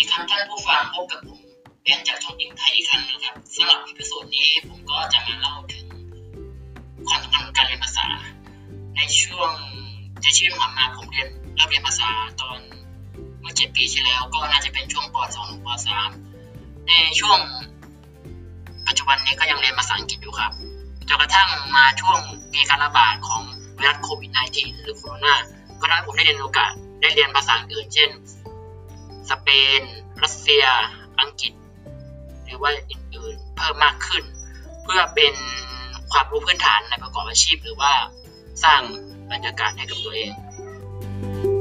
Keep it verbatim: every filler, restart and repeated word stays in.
ดีครับท่านผู้ฟังพบกับผมเบนจากช่องอินไทยอีกครั้งนะครับสำหรับอีพิโซดนี้ผมก็จะมาเล่าถึงความสัมพันธ์การเรียนภาษาในช่วงในชีวิตผ่านมาผมเรียนเริ่มเรียนภาษาตอนเมื่อเจ็ดปีที่แล้วก็น่าจะเป็นช่วงป สอง ถึงป สาม ในช่วงปัจจุบันนี้ก็ยังเรียนภาษาอังกฤษอยู่ครับจนกระทั่งมาช่วงมีการระบาดของไวรัสโควิด สิบเก้า หรือโคโรนาก็ทำให้ผมได้เรียนโอกาสได้เรียนภาษาอื่นเช่นสเปนรัสเซียอังกฤษหรือว่าอื่นๆเพิ่มมากขึ้นเพื่อเป็นความรู้พื้นฐานในประกอบอาชีพหรือว่าสร้างบรรยากาศให้กับตัวเอง